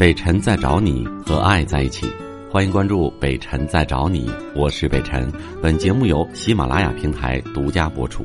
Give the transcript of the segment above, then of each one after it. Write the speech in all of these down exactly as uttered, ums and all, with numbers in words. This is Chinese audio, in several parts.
北辰在找你和爱在一起，欢迎关注北辰在找你，我是北辰。本节目由喜马拉雅平台独家播出。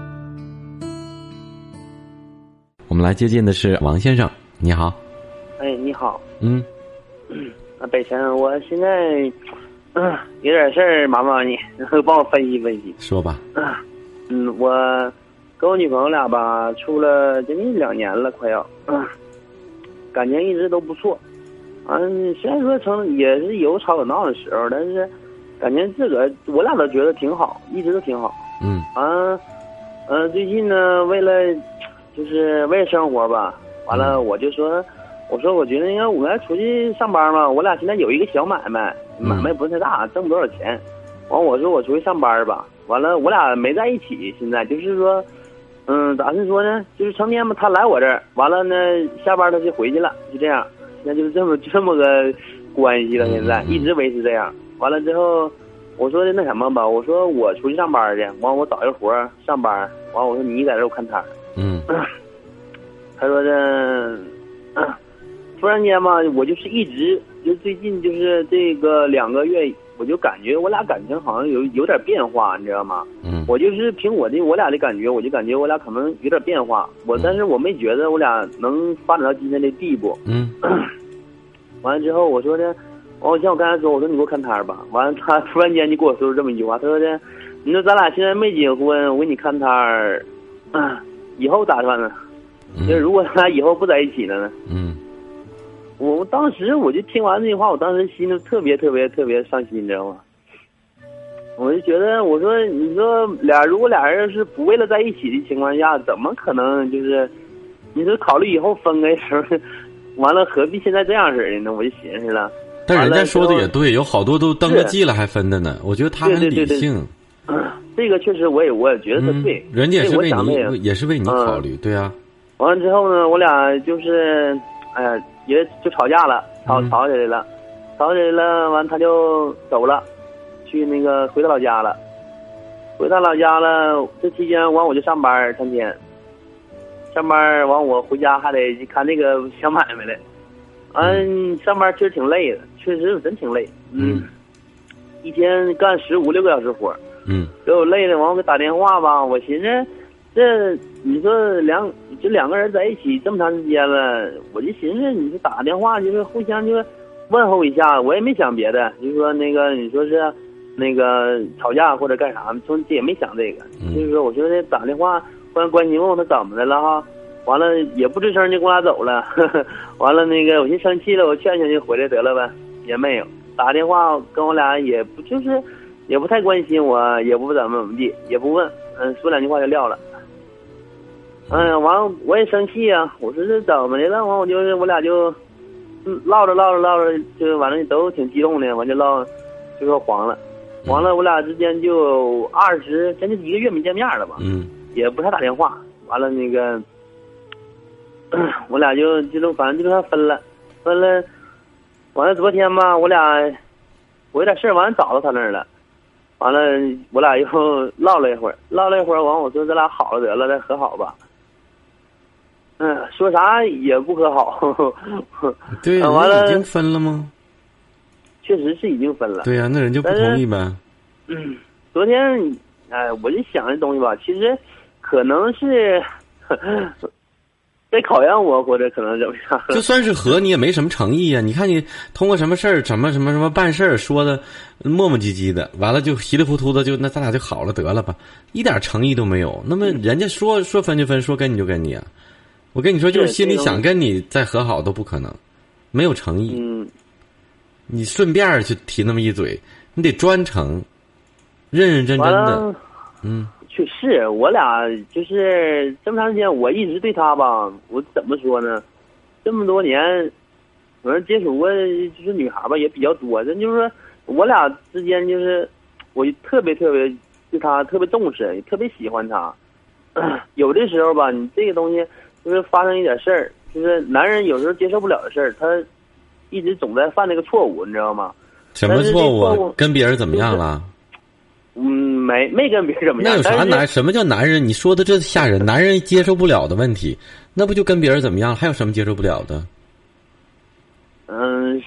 我们来接近的是王先生，你好。 哎，你好。 嗯， 啊，北辰，我现在嗯有点事儿，麻烦你，然后帮我分析分析。 说吧。 嗯，我跟我女朋友俩吧，处了将近两年了，快要，嗯，感情一直都不错。嗯，虽然说成也是有吵有闹的时候，但是感觉自个儿我俩都觉得挺好，一直都挺好。 嗯。 啊，嗯，最近呢，为了就是为了生活吧，完了我就说，我说我觉得应该我要出去上班嘛，我俩现在有一个小买卖，买卖不是太大，挣不多少钱。完我说我出去上班吧，完了我俩没在一起，现在就是说，嗯，咋是说呢？就是成天嘛，他来我这儿，完了呢，下班他就回去了，就这样。那就是这么这么个关系了，现在一直维持这样。完了之后，我说的那什么吧，我说我出去上班去，完我找一个活上班，完我说你在这我看摊儿。 嗯。 他说的，突然间嘛，我就是一直就最近就是这个两个月，我就感觉我俩感情好像有有点变化，你知道吗？ 嗯。 我就是凭我的我俩的感觉，我就感觉我俩可能有点变化。我但是我没觉得我俩能发展到今天的地步。 嗯。 完了之后，我说的，我像我刚才说，我说你给我看摊儿吧。完了，他突然间就跟我说出这么一句话，他说的，你说咱俩现在没结婚，我给你看摊儿，以后咋算呢？就是如果咱俩以后不在一起了呢？ 嗯。 我当时我就听完这句话，我当时心里特别特别特别伤心，你知道吗？我就觉得，我说你说俩如果俩人是不为了在一起的情况下，怎么可能就是你说考虑以后分开时候，完了何必现在这样式的呢？我就寻思了。 但人家说的也对，有好多都登了记了还分的呢。我觉得他很理性。 对对对对嗯、这个确实我也我也觉得他对、 嗯，人家也是为你也是为你考虑，嗯、对啊。 完了之后呢，我俩就是哎呀也就吵架了，吵、嗯、吵起来了，吵起来了，完他就走了。去那个回到老家了，回到老家了。这期间完我就上班，天天上班完我回家还得去看那个小买卖来。嗯，上班确实挺累的，确实真挺累。嗯，一天干十五六个小时活。 嗯， 给我累的，完我给打电话吧。我寻思，这你说两就两个人在一起这么长时间了，我就寻思，你说打电话就是互相就是问候一下，我也没想别的，就是说那个你说是。那个吵架或者干啥，从也没想这个， 嗯、 就是说，我说打电话互相关心，问问他怎么的了哈。完了也不吱声就跟我俩走了，呵呵完了那个我就生气了，我劝劝就回来得了呗，也没有打电话跟我俩也不就是也不太关心我，也不怎么怎么地，也不问，嗯，说两句话就撂了。哎呀，完了我也生气啊，我说这怎么的了？完我就是我俩就嗯唠着唠着唠着，就完了都挺激动的，完就唠就说黄了。完了，我俩之间就二十将近一个月没见面了吧？ 嗯，也不太打电话。完了，那个我俩就就都反正就跟他分了，分了。完了，昨天吧，我俩我有点事儿，完了找到他那儿了。完了，我俩又唠了一会儿，唠了一会儿，完我说咱俩好了得了，再和好吧。嗯，说啥也不和好。 对， 啊、完了已经分了吗？ 确实是已经分了。 对呀、啊，那人就不同意呗。 嗯，昨天哎，我就想这东西吧，其实可能是在考验我，或者可能怎么样。 就算是和你也没什么诚意呀、啊。你看你通过什么事儿，什么什么什么办事儿，说的磨磨唧唧的，完了就稀里糊涂的就那咱俩就好了得了吧，一点诚意都没有。那么人家说说分就分，说跟你就跟你啊。我跟你说，就是心里想跟你再和好都不可能，没有诚意。 嗯。 你顺便就提那么一嘴，你得专诚，认认真真的。嗯， 确实，我俩就是这么长时间，我一直对他吧，我怎么说呢？这么多年，反正接触过就是女孩吧，也比较多。人就是说，我俩之间就是，我特别特别对他特别重视，也特别喜欢他。有的时候吧，你这个东西就是发生一点事儿，就是男人有时候接受不了的事儿，他。一直总在犯那个错误，你知道吗？ 什么错误？错误跟别人怎么样了？ 嗯，没没跟别人怎么样。 那有啥男？什么叫男人？你说的这吓人！男人接受不了的问题，那不就跟别人怎么样？还有什么接受不了的？ 嗯、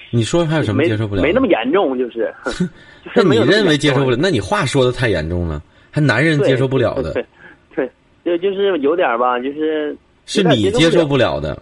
你说还有什么接受不了？ 没那么严重，就是。 那你认为接受不了？那你话说的太严重了，还男人接受不了的。 对，对，对就就是有点吧，就是是你接受不了的。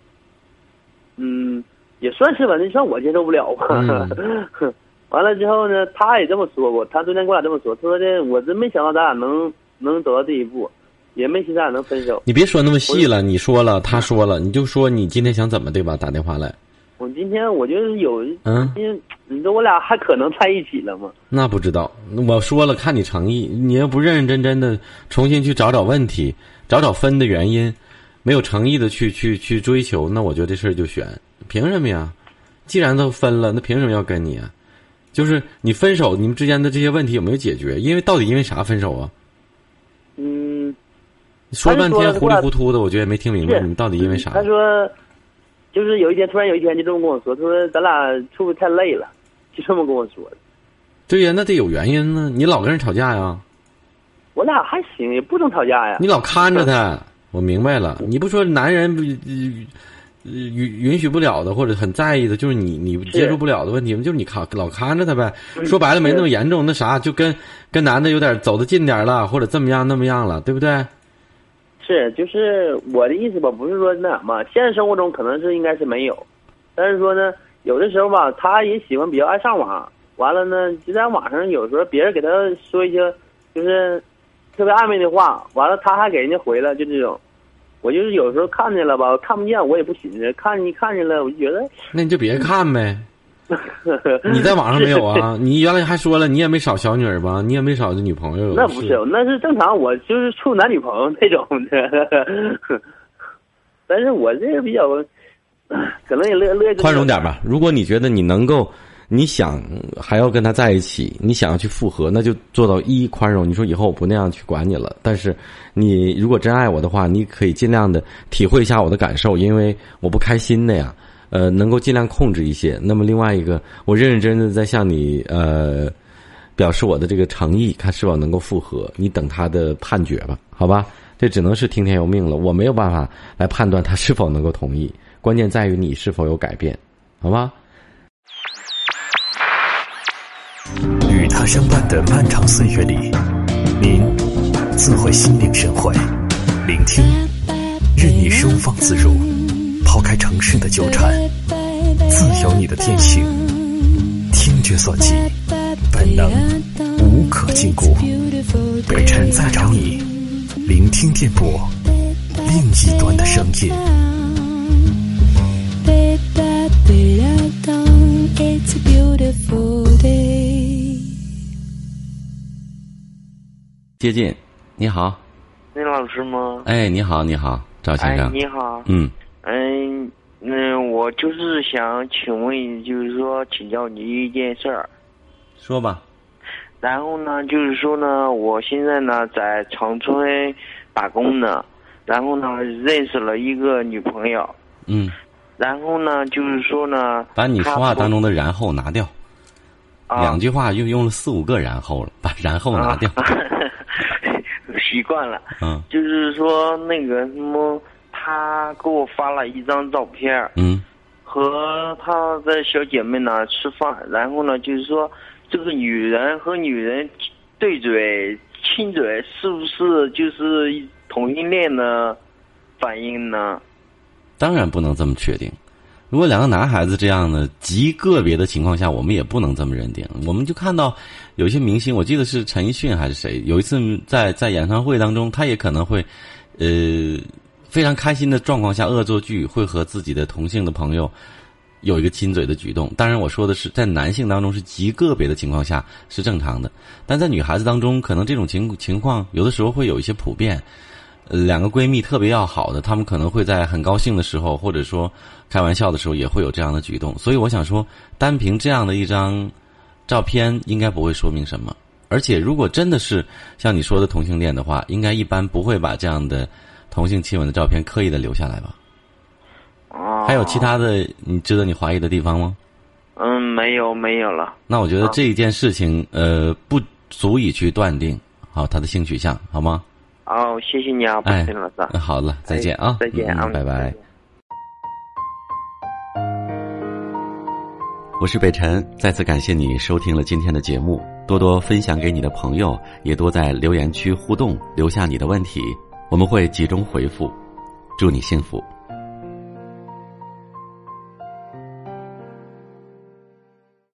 嗯，也算是吧，那算我接受不了吧。 嗯、 完了之后呢，他也这么说过，他昨天跟我俩这么说，他说的我真没想到咱俩能能走到这一步，也没寻思咱俩能分手。 你别说那么细了，你说了，他说了，你就说你今天想怎么对吧？打电话来。 我今天我就是有， 嗯， 你说我俩还可能在一起了吗？ 那不知道，我说了，看你诚意，你要不认认真真的重新去找找问题，找找分的原因，没有诚意的去去去追求，那我觉得这事儿就悬。凭什么呀？既然都分了，那凭什么要跟你啊？就是你分手，你们之间的这些问题有没有解决？因为到底因为啥分手啊？ 嗯， 说半天糊里糊涂的，我觉得也没听明白你们到底因为啥。 他说。就是有一天，突然有一天就这么跟我说，他说咱俩处的太累了，就这么跟我说的。对呀，那得有原因呢。你老跟人吵架呀？ 我俩还行，也不能吵架呀。 你老看着他，我明白了。你不说男人不允允许不了的，或者很在意的，就是你你接受不了的问题，就是你看老看着他呗。说白了没那么严重，那啥就跟跟男的有点走得近点了，或者这么样那么样了，对不对？ 是，就是我的意思吧，不是说那什么，现实生活中可能是应该是没有，但是说呢，有的时候吧，他也喜欢比较爱上网，完了呢，就在网上有时候别人给他说一些就是特别暧昧的话，完了他还给人家回了，就这种，我就是有时候看见了吧，看不见我也不寻思，看你看见了，我就觉得， 那你就别看呗。你在网上没有啊？你原来还说了，你也没少小女儿吧？你也没少女朋友。 那不是，那是正常，我就是处男女朋友那种的。但是我这个比较，可能也乐乐宽容点吧。如果你觉得你能够，你想还要跟他在一起，你想要去复合，那就做到一宽容。你说以后我不那样去管你了，但是你如果真爱我的话，你可以尽量的体会一下我的感受，因为我不开心的呀。呃，能够尽量控制一些。那么另外一个，我认认真真的在向你呃表示我的这个诚意，看是否能够复合。你等他的判决吧，好吧？这只能是听天由命了，我没有办法来判断他是否能够同意。关键在于你是否有改变，好吧？ 与他相伴的漫长岁月里，您自会心领神会，聆听，任你收放自如。抛开城市的纠缠，自由你的天性，听觉所及，本能无可禁锢。北辰在找你，聆听电波另一端的声音。 接近，你好， 那老师吗？ 哎，你好，你好，赵先生。 哎，你好。 嗯。 嗯，那我就是想请问，就是说请教你一件事儿。 说吧。 然后呢，就是说呢，我现在呢在长春打工呢，然后呢认识了一个女朋友。 嗯。 然后呢，就是说呢， 把你说话当中的然后拿掉。 啊。 两句话又用了四五个然后了，把然后拿掉。 啊、习惯了。 嗯。 就是说那个什么。他给我发了一张照片， 嗯， 和他的小姐妹呢吃饭，然后呢就是说这个女人和女人对嘴亲嘴，是不是就是同性恋的反应呢？ 当然不能这么确定。如果两个男孩子这样的极个别的情况下，我们也不能这么认定。我们就看到有一些明星，我记得是陈奕迅还是谁，有一次在在演唱会当中，他也可能会，呃。非常开心的状况下恶作剧，会和自己的同性的朋友有一个亲嘴的举动。当然我说的是在男性当中是极个别的情况下是正常的，但在女孩子当中可能这种情情况有的时候会有一些普遍。呃，两个闺蜜特别要好的，她们可能会在很高兴的时候，或者说开玩笑的时候也会有这样的举动。所以我想说，单凭这样的一张照片应该不会说明什么。而且如果真的是像你说的同性恋的话，应该一般不会把这样的同性亲吻的照片刻意的留下来吧？ 哦。 还有其他的你值得你怀疑的地方吗？ 嗯，没有没有了。 那我觉得这一件事情，呃，不足以去断定好他的性取向，好吗？ 哦，谢谢你啊， 哎， 老师。 好了，再见啊， 哎、再见啊、 嗯，拜拜。 我是北辰，再次感谢你收听了今天的节目，多多分享给你的朋友，也多在留言区互动，留下你的问题，我们会集中回复。祝你幸福。